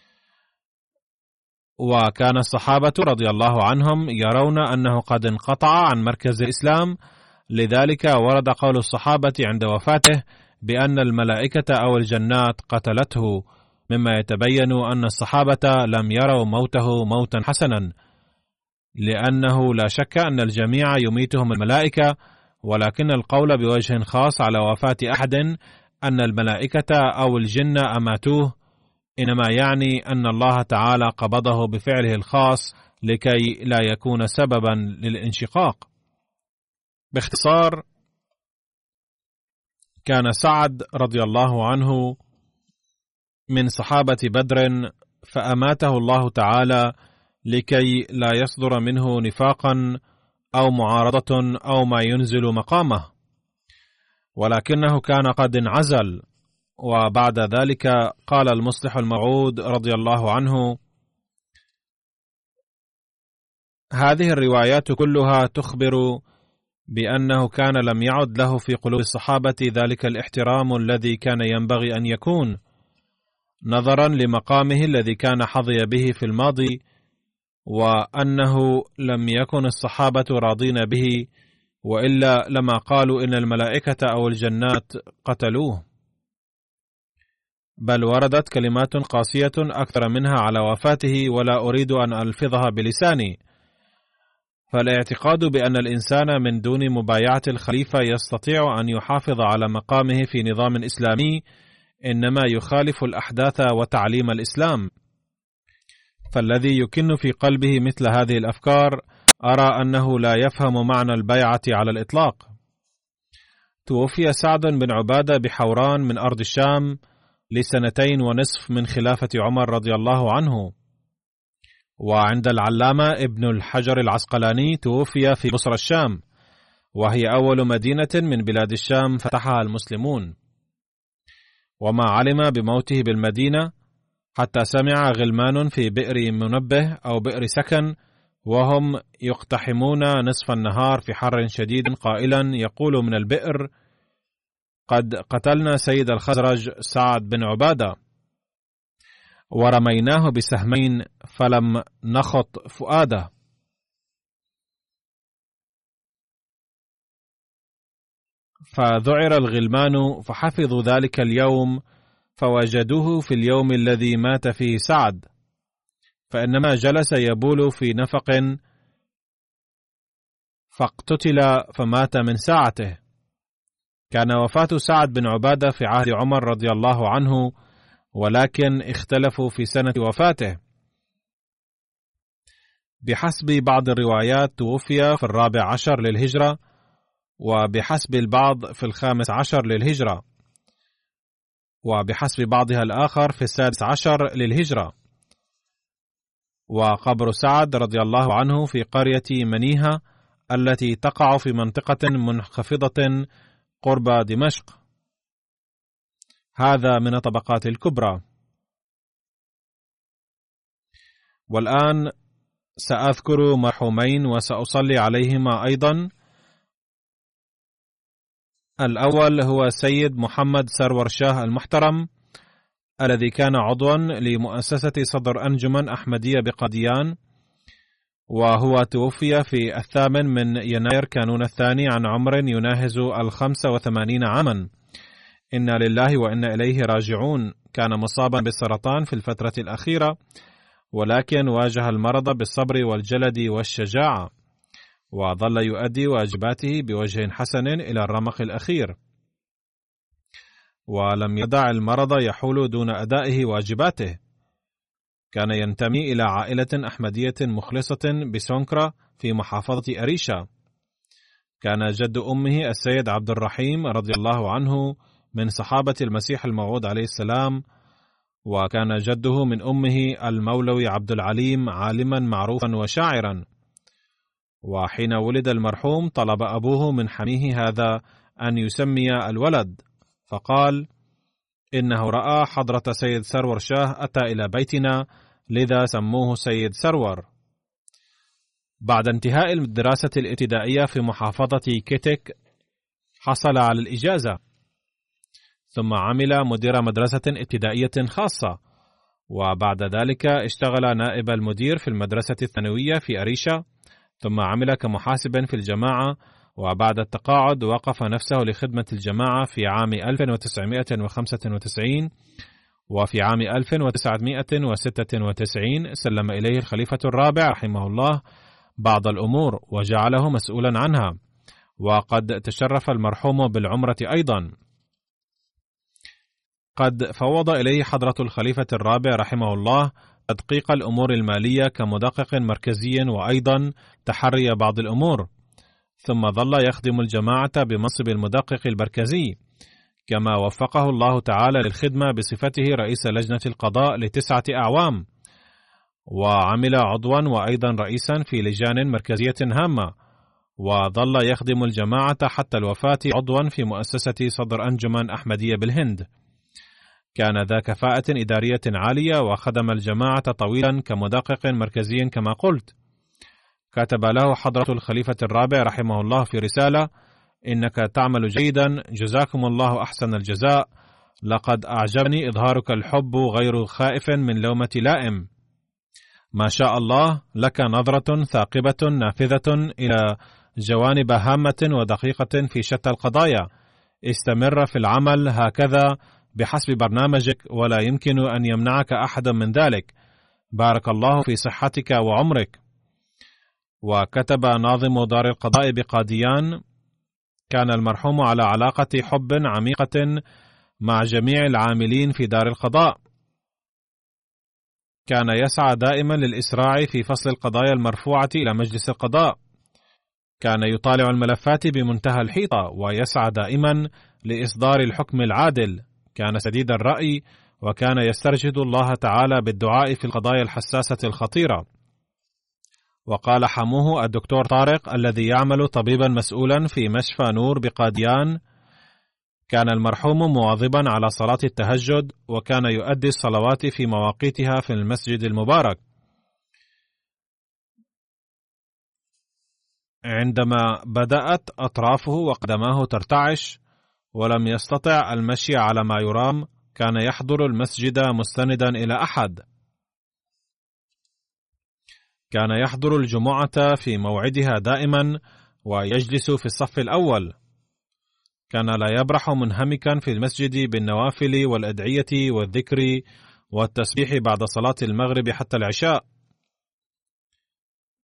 وكان الصحابة رضي الله عنهم يرون أنه قد انقطع عن مركز الإسلام، لذلك ورد قول الصحابة عند وفاته بأن الملائكة أو الجنات قتلته، مما يتبين أن الصحابة لم يروا موته موتا حسنا، لأنه لا شك أن الجميع يميتهم الملائكة، ولكن القول بوجه خاص على وفاة أحد أن الملائكة أو الجن أماتوه إنما يعني أن الله تعالى قبضه بفعله الخاص لكي لا يكون سببا للانشقاق. باختصار، كان سعد رضي الله عنه من صحابة بدر، فأماته الله تعالى لكي لا يصدر منه نفاقا أو معارضة أو ما ينزل مقامه، ولكنه كان قد انعزل. وبعد ذلك قال المصلح الموعود رضي الله عنه: هذه الروايات كلها تخبر بأنه كان لم يعد له في قلوب الصحابة ذلك الاحترام الذي كان ينبغي أن يكون، نظرا لمقامه الذي كان حظي به في الماضي، وأنه لم يكن الصحابة راضين به، وإلا لما قالوا إن الملائكة أو الجنات قتلوه. بل وردت كلمات قاسية أكثر منها على وفاته، ولا أريد أن ألفظها بلساني. فالاعتقاد بأن الإنسان من دون مبايعة الخليفة يستطيع أن يحافظ على مقامه في نظام إسلامي إنما يخالف الأحداث وتعليم الإسلام. فالذي يكن في قلبه مثل هذه الأفكار أرى أنه لا يفهم معنى البيعة على الإطلاق. توفي سعد بن عبادة بحوران من أرض الشام لسنتين ونصف من خلافة عمر رضي الله عنه. وعند العلامة ابن الحجر العسقلاني توفي في بصرى الشام، وهي أول مدينة من بلاد الشام فتحها المسلمون. وما علم بموته بالمدينة حتى سمع غلمان في بئر منبه أو بئر سكن وهم يقتحمون نصف النهار في حر شديد، قائلا يقول من البئر: قد قتلنا سيد الخزرج سعد بن عبادة، ورميناه بسهمين فلم نخط فؤاده. فذعر الغلمان فحفظوا ذلك اليوم، فوجدوه في اليوم الذي مات فيه سعد، فإنما جلس يبول في نفق فاقتتل فمات من ساعته. كان وفاة سعد بن عبادة في عهد عمر رضي الله عنه، ولكن اختلفوا في سنة وفاته. بحسب بعض الروايات توفي في الرابع عشر للهجرة، وبحسب البعض في الخامس عشر للهجرة، وبحسب بعضها الآخر في السادس عشر للهجرة. وقبر سعد رضي الله عنه في قرية منيهة التي تقع في منطقة منخفضة قرب دمشق. هذا من الطبقات الكبرى. والآن سأذكر مرحومين وسأصلي عليهما أيضا. الأول هو السيد محمد سرور شاه المحترم، الذي كان عضوا لمؤسسة صدر أنجمن أحمدية بقاديان، وهو توفي في الثامن من يناير كانون الثاني عن عمر يناهز الخمس وثمانين عاما. إنا لله وإنا إليه راجعون. كان مصابا بالسرطان في الفترة الأخيرة، ولكن واجه المرض بالصبر والجلد والشجاعة، وظل يؤدي واجباته بوجه حسن إلى الرمق الأخير، ولم يدع المرض يحول دون أدائه واجباته. كان ينتمي إلى عائلة أحمدية مخلصة بسونكرا في محافظة أريشا. كان جد أمه السيد عبد الرحيم رضي الله عنه من صحابة المسيح الموعود عليه السلام، وكان جده من أمه المولوي عبد العليم عالما معروفا وشاعرا. وحين ولد المرحوم طلب أبوه من حميه هذا أن يسمي الولد، فقال إنه رأى حضرة سيد سرور شاه أتى إلى بيتنا، لذا سموه سيد سرور. بعد انتهاء الدراسة الابتدائية في محافظة كيتك حصل على الإجازة، ثم عمل مدير مدرسة ابتدائية خاصة، وبعد ذلك اشتغل نائب المدير في المدرسة الثانوية في أريشا، ثم عمل كمحاسب في الجماعة. وبعد التقاعد وقف نفسه لخدمة الجماعة في عام ألف وتسعمائة وخمسة وتسعين، وفي عام ألف وتسعمائة وستة وتسعين سلم إليه الخليفة الرابع رحمه الله بعض الأمور وجعله مسؤولا عنها، وقد تشرف المرحوم بالعمرة أيضا. قد فوض إليه حضرة الخليفة الرابع رحمه الله تدقيق الأمور المالية كمدقق مركزي، وأيضا تحري بعض الأمور، ثم ظل يخدم الجماعة بمنصب المدقق المركزي، كما وفقه الله تعالى للخدمة بصفته رئيس لجنة القضاء لتسعة أعوام، وعمل عضوا وأيضا رئيسا في لجان مركزية هامة، وظل يخدم الجماعة حتى الوفاة عضوا في مؤسسة صدر أنجمن أحمدية بالهند. كان ذا كفاءة إدارية عالية، وخدم الجماعة طويلا كمدقق مركزي كما قلت. كتب له حضرة الخليفة الرابع رحمه الله في رسالة: إنك تعمل جيدا، جزاكم الله أحسن الجزاء، لقد أعجبني إظهارك الحب غير خائف من لومة لائم. ما شاء الله، لك نظرة ثاقبة نافذة إلى جوانب هامة ودقيقة في شتى القضايا. استمر في العمل هكذا بحسب برنامجك، ولا يمكن أن يمنعك أحد من ذلك. بارك الله في صحتك وعمرك. وكتب ناظم دار القضاء بقاديان: كان المرحوم على علاقة حب عميقة مع جميع العاملين في دار القضاء. كان يسعى دائما للإسراع في فصل القضايا المرفوعة إلى مجلس القضاء. كان يطالع الملفات بمنتهى الحيطة، ويسعى دائما لإصدار الحكم العادل. كان سديد الرأي، وكان يسترشد الله تعالى بالدعاء في القضايا الحساسة الخطيرة. وقال حموه الدكتور طارق الذي يعمل طبيبا مسؤولا في مشفى نور بقاديان: كان المرحوم مواظبا على صلاة التهجد، وكان يؤدي الصلوات في مواقيتها في المسجد المبارك. عندما بدأت أطرافه وقدماه ترتعش ولم يستطع المشي على ما يرام، كان يحضر المسجد مستندا إلى أحد. كان يحضر الجمعة في موعدها دائما، ويجلس في الصف الأول. كان لا يبرح منهمكا في المسجد بالنوافل والأدعية والذكر والتسبيح بعد صلاة المغرب حتى العشاء.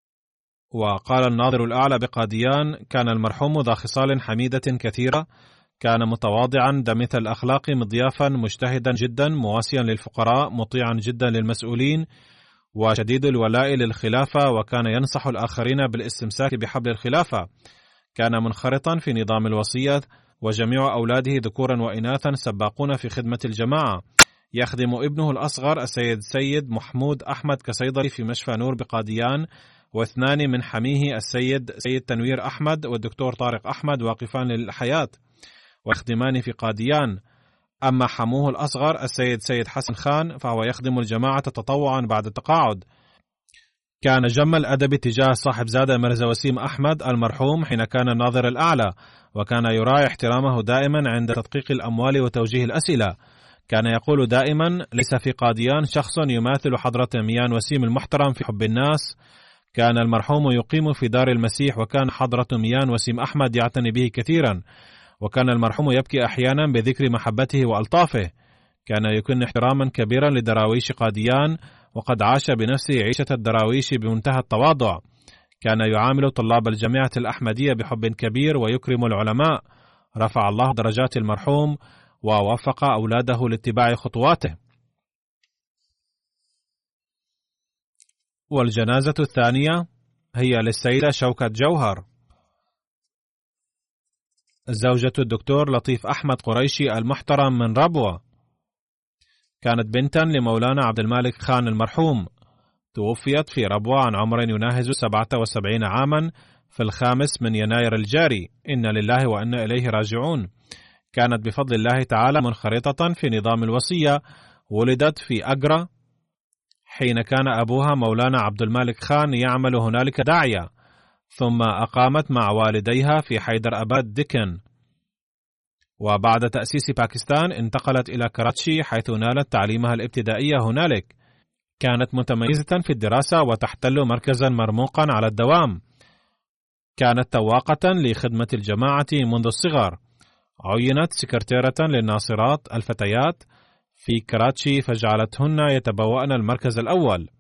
وقال الناظر الأعلى بقاديان: كان المرحوم ذا خصال حميدة كثيرة، كان متواضعا دمث الأخلاق مضيافا مجتهدا جدا مواسيا للفقراء مطيعا جدا للمسؤولين وشديد الولاء للخلافة، وكان ينصح الآخرين بالاستمساك بحبل الخلافة. كان منخرطا في نظام الوصية، وجميع أولاده ذكورا وإناثا سباقون في خدمة الجماعة. يخدم ابنه الأصغر السيد سيد محمود أحمد كصيدلي في مشفى نور بقاديان، واثنان من حميه السيد سيد تنوير أحمد والدكتور طارق أحمد واقفان للحياة ويخدمان في قاديان. أما حموه الأصغر السيد سيد حسن خان فهو يخدم الجماعة تطوعا بعد التقاعد. كان جم الأدب تجاه صاحب زادة مرزا وسيم أحمد المرحوم حين كان الناظر الأعلى، وكان يراعي احترامه دائما عند تدقيق الأموال وتوجيه الأسئلة. كان يقول دائما: ليس في قاديان شخص يماثل حضرة ميان وسيم المحترم في حب الناس. كان المرحوم يقيم في دار المسيح، وكان حضرة ميان وسيم أحمد يعتني به كثيرا، وكان المرحوم يبكي أحيانا بذكر محبته وألطافه. كان يكن احتراما كبيرا لدراويش قاديان، وقد عاش بنفسه عيشة الدراويش بمنتهى التواضع. كان يعامل طلاب الجامعة الأحمدية بحب كبير ويكرم العلماء. رفع الله درجات المرحوم ووفق أولاده لاتباع خطواته. والجنازة الثانية هي للسيدة شوكة جوهر، زوجة الدكتور لطيف أحمد قريشي المحترم من ربوة. كانت بنتا لمولانا عبد المالك خان المرحوم. توفيت في ربوة عن عمر يناهز سبعة وسبعين عاما في الخامس من يناير الجاري. إنا لله وإنا إليه راجعون. كانت بفضل الله تعالى منخرطة في نظام الوصية. ولدت في أقرة حين كان أبوها مولانا عبد المالك خان يعمل هنالك داعية، ثم أقامت مع والديها في حيدر أباد دكن، وبعد تأسيس باكستان انتقلت إلى كراتشي حيث نالت تعليمها الابتدائية هنالك. كانت متميزة في الدراسة وتحتل مركزا مرموقا على الدوام. كانت تواقة لخدمة الجماعة منذ الصغر. عينت سكرتيرة للناصرات الفتيات في كراتشي فجعلتهن يتبوأن المركز الأول.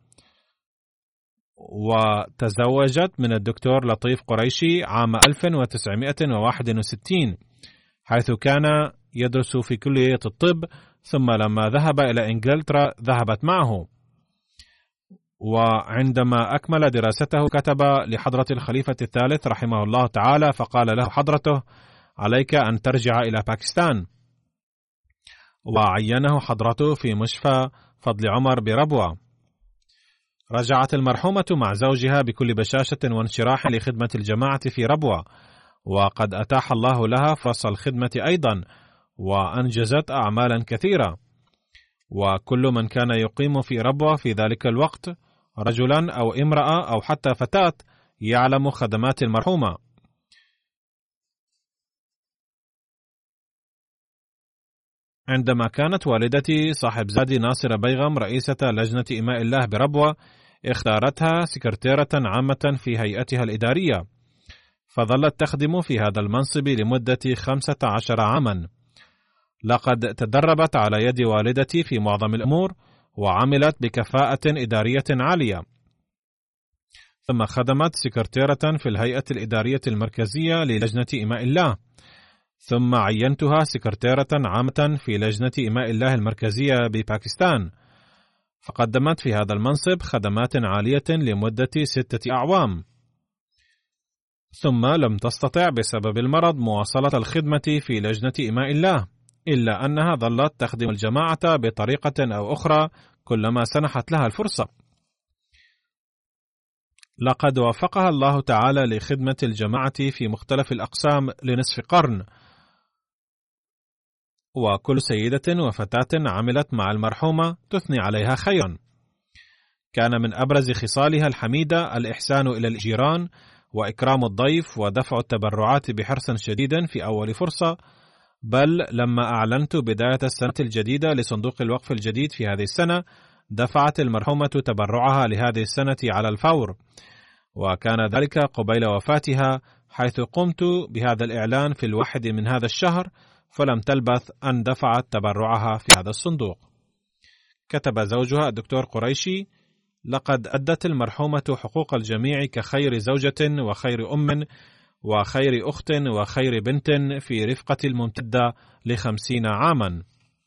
وتزوجت من الدكتور لطيف قريشي عام ألف وتسعمائة وواحد وستين حيث كان يدرس في كلية الطب، ثم لما ذهب إلى إنجلترا ذهبت معه. وعندما أكمل دراسته كتب لحضرة الخليفة الثالث رحمه الله تعالى، فقال له حضرته: عليك أن ترجع إلى باكستان. وعينه حضرته في مشفى فضل عمر بربوة. رجعت المرحومة مع زوجها بكل بشاشة وانشراح لخدمة الجماعة في ربوة، وقد أتاح الله لها فرص الخدمة أيضا، وأنجزت أعمالا كثيرة. وكل من كان يقيم في ربوة في ذلك الوقت، رجلا أو امرأة أو حتى فتاة، يعلم خدمات المرحومة. عندما كانت والدتي صاحب زادي ناصر بيغم رئيسة لجنة إماء الله بربوة، اختارتها سكرتيرة عامة في هيئتها الإدارية، فظلت تخدم في هذا المنصب لمدة خمسة عشر عاما. لقد تدربت على يد والدتي في معظم الأمور، وعملت بكفاءة إدارية عالية. ثم خدمت سكرتيرة في الهيئة الإدارية المركزية للجنة إماء الله، ثم عينتها سكرتيرة عامة في لجنة إماء الله المركزية بباكستان، فقدمت في هذا المنصب خدمات عالية لمدة ستة أعوام. ثم لم تستطع بسبب المرض مواصلة الخدمة في لجنة إماء الله، إلا أنها ظلت تخدم الجماعة بطريقة أو أخرى كلما سنحت لها الفرصة. لقد وفقها الله تعالى لخدمة الجماعة في مختلف الأقسام لنصف قرن، وكل سيدة وفتاة عملت مع المرحومة تثني عليها خيرا. كان من أبرز خصالها الحميدة الإحسان إلى الجيران وإكرام الضيف ودفع التبرعات بحرص شديد في أول فرصة، بل لما أعلنت بداية السنة الجديدة لصندوق الوقف الجديد في هذه السنة، دفعت المرحومة تبرعها لهذه السنة على الفور، وكان ذلك قبيل وفاتها، حيث قمت بهذا الإعلان في الواحد من هذا الشهر، فلم تلبث أن دفعت تبرعها في هذا الصندوق. كتب زوجها الدكتور قريشي: لقد أدت المرحومة حقوق الجميع كخير زوجة وخير أم، وخير أخت وخير بنت في رفقة الممتدة لخمسين عاما.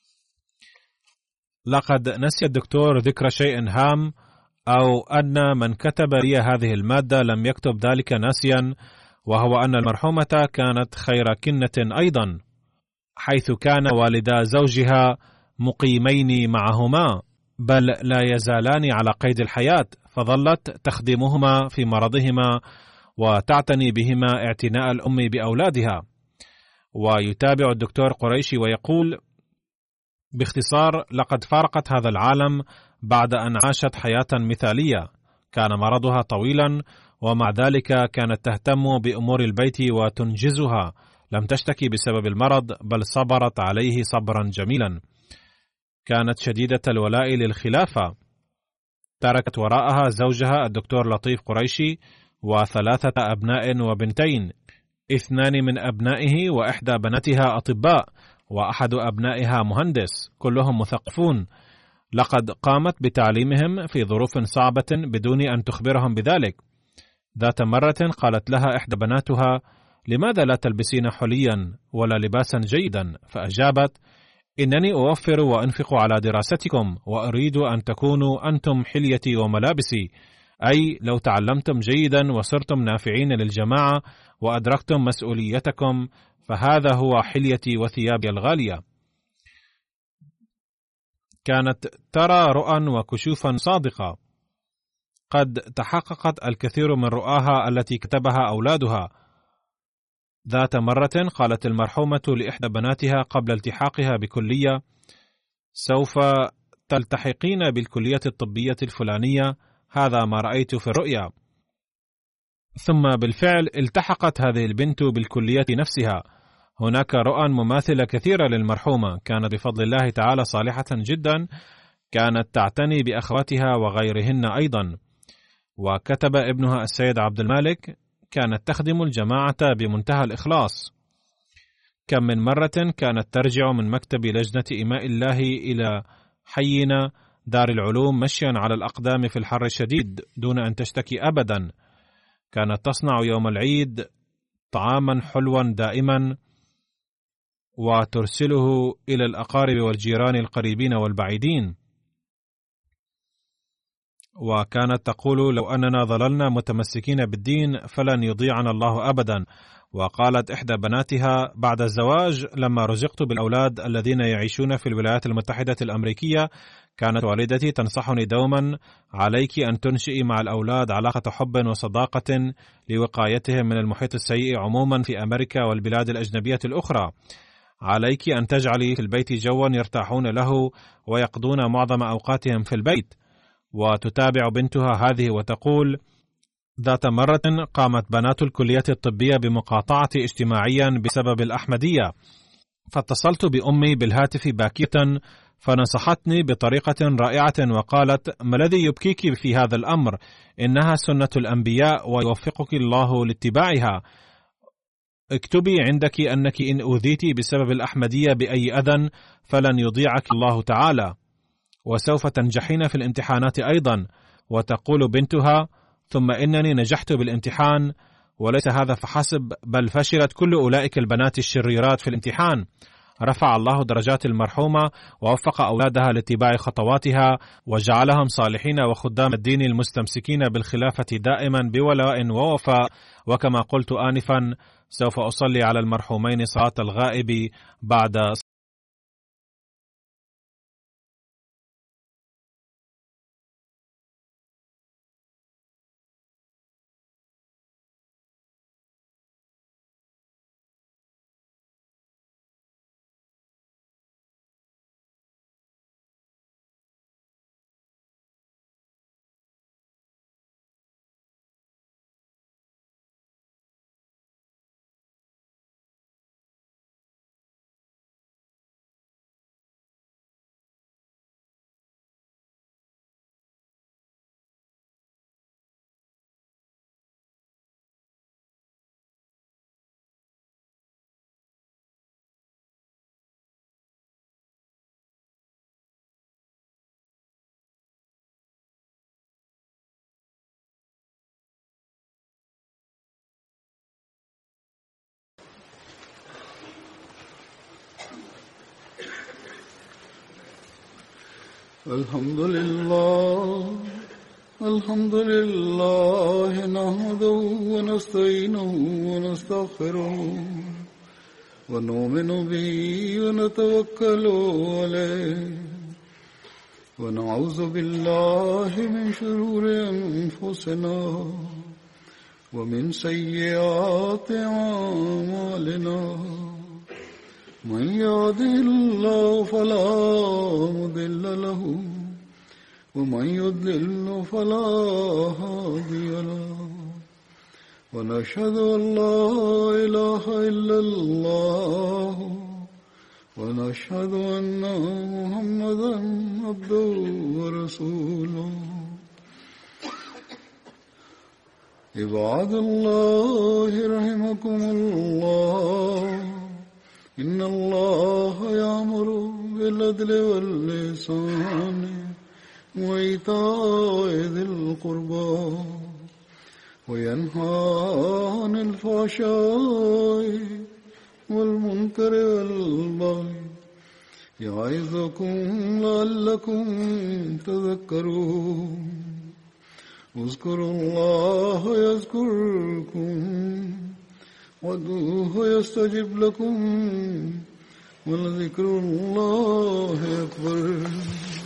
لقد نسي الدكتور ذكر شيء هام، أو أن من كتب لي هذه المادة لم يكتب ذلك ناسيا، وهو أن المرحومة كانت خير كنة أيضا، حيث كان والدا زوجها مقيمين معهما، بل لا يزالان على قيد الحياة، فظلت تخدمهما في مرضهما وتعتني بهما اعتناء الأم بأولادها. ويتابع الدكتور قريشي ويقول باختصار: لقد فارقت هذا العالم بعد أن عاشت حياة مثالية، كان مرضها طويلا ومع ذلك كانت تهتم بأمور البيت وتنجزها، لم تشتكي بسبب المرض بل صبرت عليه صبرا جميلا. كانت شديدة الولاء للخلافة، تركت وراءها زوجها الدكتور لطيف قريشي وثلاثة أبناء وبنتين، اثنان من أبنائه وإحدى بناتها أطباء، وأحد أبنائها مهندس، كلهم مثقفون. لقد قامت بتعليمهم في ظروف صعبة بدون أن تخبرهم بذلك. ذات مرة قالت لها إحدى بناتها: لماذا لا تلبسين حليا ولا لباسا جيدا؟ فأجابت: إنني أوفر وأنفق على دراستكم، وأريد أن تكونوا أنتم حليتي وملابسي، أي لو تعلمتم جيدا وصرتم نافعين للجماعة وأدركتم مسؤوليتكم، فهذا هو حليتي وثيابي الغالية. كانت ترى رؤى وكشوفا صادقة قد تحققت الكثير من رؤاها التي كتبها أولادها. ذات مرة قالت المرحومة لإحدى بناتها قبل التحاقها بكلية: سوف تلتحقين بالكلية الطبية الفلانية، هذا ما رأيت في الرؤيا. ثم بالفعل التحقت هذه البنت بالكلية نفسها. هناك رؤى مماثلة كثيرة للمرحومة، كانت بفضل الله تعالى صالحة جدا، كانت تعتني بأخواتها وغيرهن أيضا. وكتب ابنها السيد عبد المالك: كانت تخدم الجماعة بمنتهى الإخلاص. كم من مرة كانت ترجع من مكتب لجنة إماء الله إلى حينا دار العلوم مشيا على الأقدام في الحر الشديد دون أن تشتكي أبدا. كانت تصنع يوم العيد طعاما حلوا دائما وترسله إلى الأقارب والجيران القريبين والبعيدين. وكانت تقول: لو أننا ظللنا متمسكين بالدين فلن يضيعنا الله أبدا. وقالت إحدى بناتها بعد الزواج لما رزقت بالأولاد الذين يعيشون في الولايات المتحدة الأمريكية، كانت والدتي تنصحني دوما: عليك أن تنشئي مع الأولاد علاقة حب وصداقة لوقايتهم من المحيط السيء عموما في أمريكا والبلاد الأجنبية الأخرى. عليك أن تجعلي في البيت جوا يرتاحون له ويقضون معظم أوقاتهم في البيت. وتتابع بنتها هذه وتقول: ذات مرة قامت بنات الكلية الطبية بمقاطعتي اجتماعيا بسبب الأحمدية، فاتصلت بأمي بالهاتف باكية فنصحتني بطريقة رائعة وقالت: ما الذي يبكيك في هذا الأمر؟ إنها سنة الأنبياء ويوفقك الله لاتباعها. اكتبي عندك أنك إن أوذيت بسبب الأحمدية بأي أذى فلن يضيعك الله تعالى، وسوف تنجحين في الامتحانات أيضا. وتقول بنتها: ثم إنني نجحت بالامتحان، وليس هذا فحسب بل فشلت كل أولئك البنات الشريرات في الامتحان. رفع الله درجات المرحومة ووفق أولادها لاتباع خطواتها وجعلهم صالحين وخدام الدين المستمسكين بالخلافة دائما بولاء ووفاء. وكما قلت آنفا، سوف أصلي على المرحومين صلاة الغائب بعد الحمد لله الحمد لله نحمده ونستعينه ونستغفره ونؤمن به ونتوكل عليه ونعوذ بالله من شرور أنفسنا ومن سيئات أعمالنا من يهده الله فلا مضل له ومن يضلل فلا هادي له ونشهد أن لا إله إلا الله ونشهد أن محمدا عبده ورسوله عباد الله رحمكم الله إن الله يأمر بالعدل والإحسان وإيتاء ذي القربى وينهى عن الفحشاء والمنكر والبغي يعظكم لعلكم تذكرون اذكروا الله يذكركم وادعوه يستجب لكم ولذكر الله أكبر.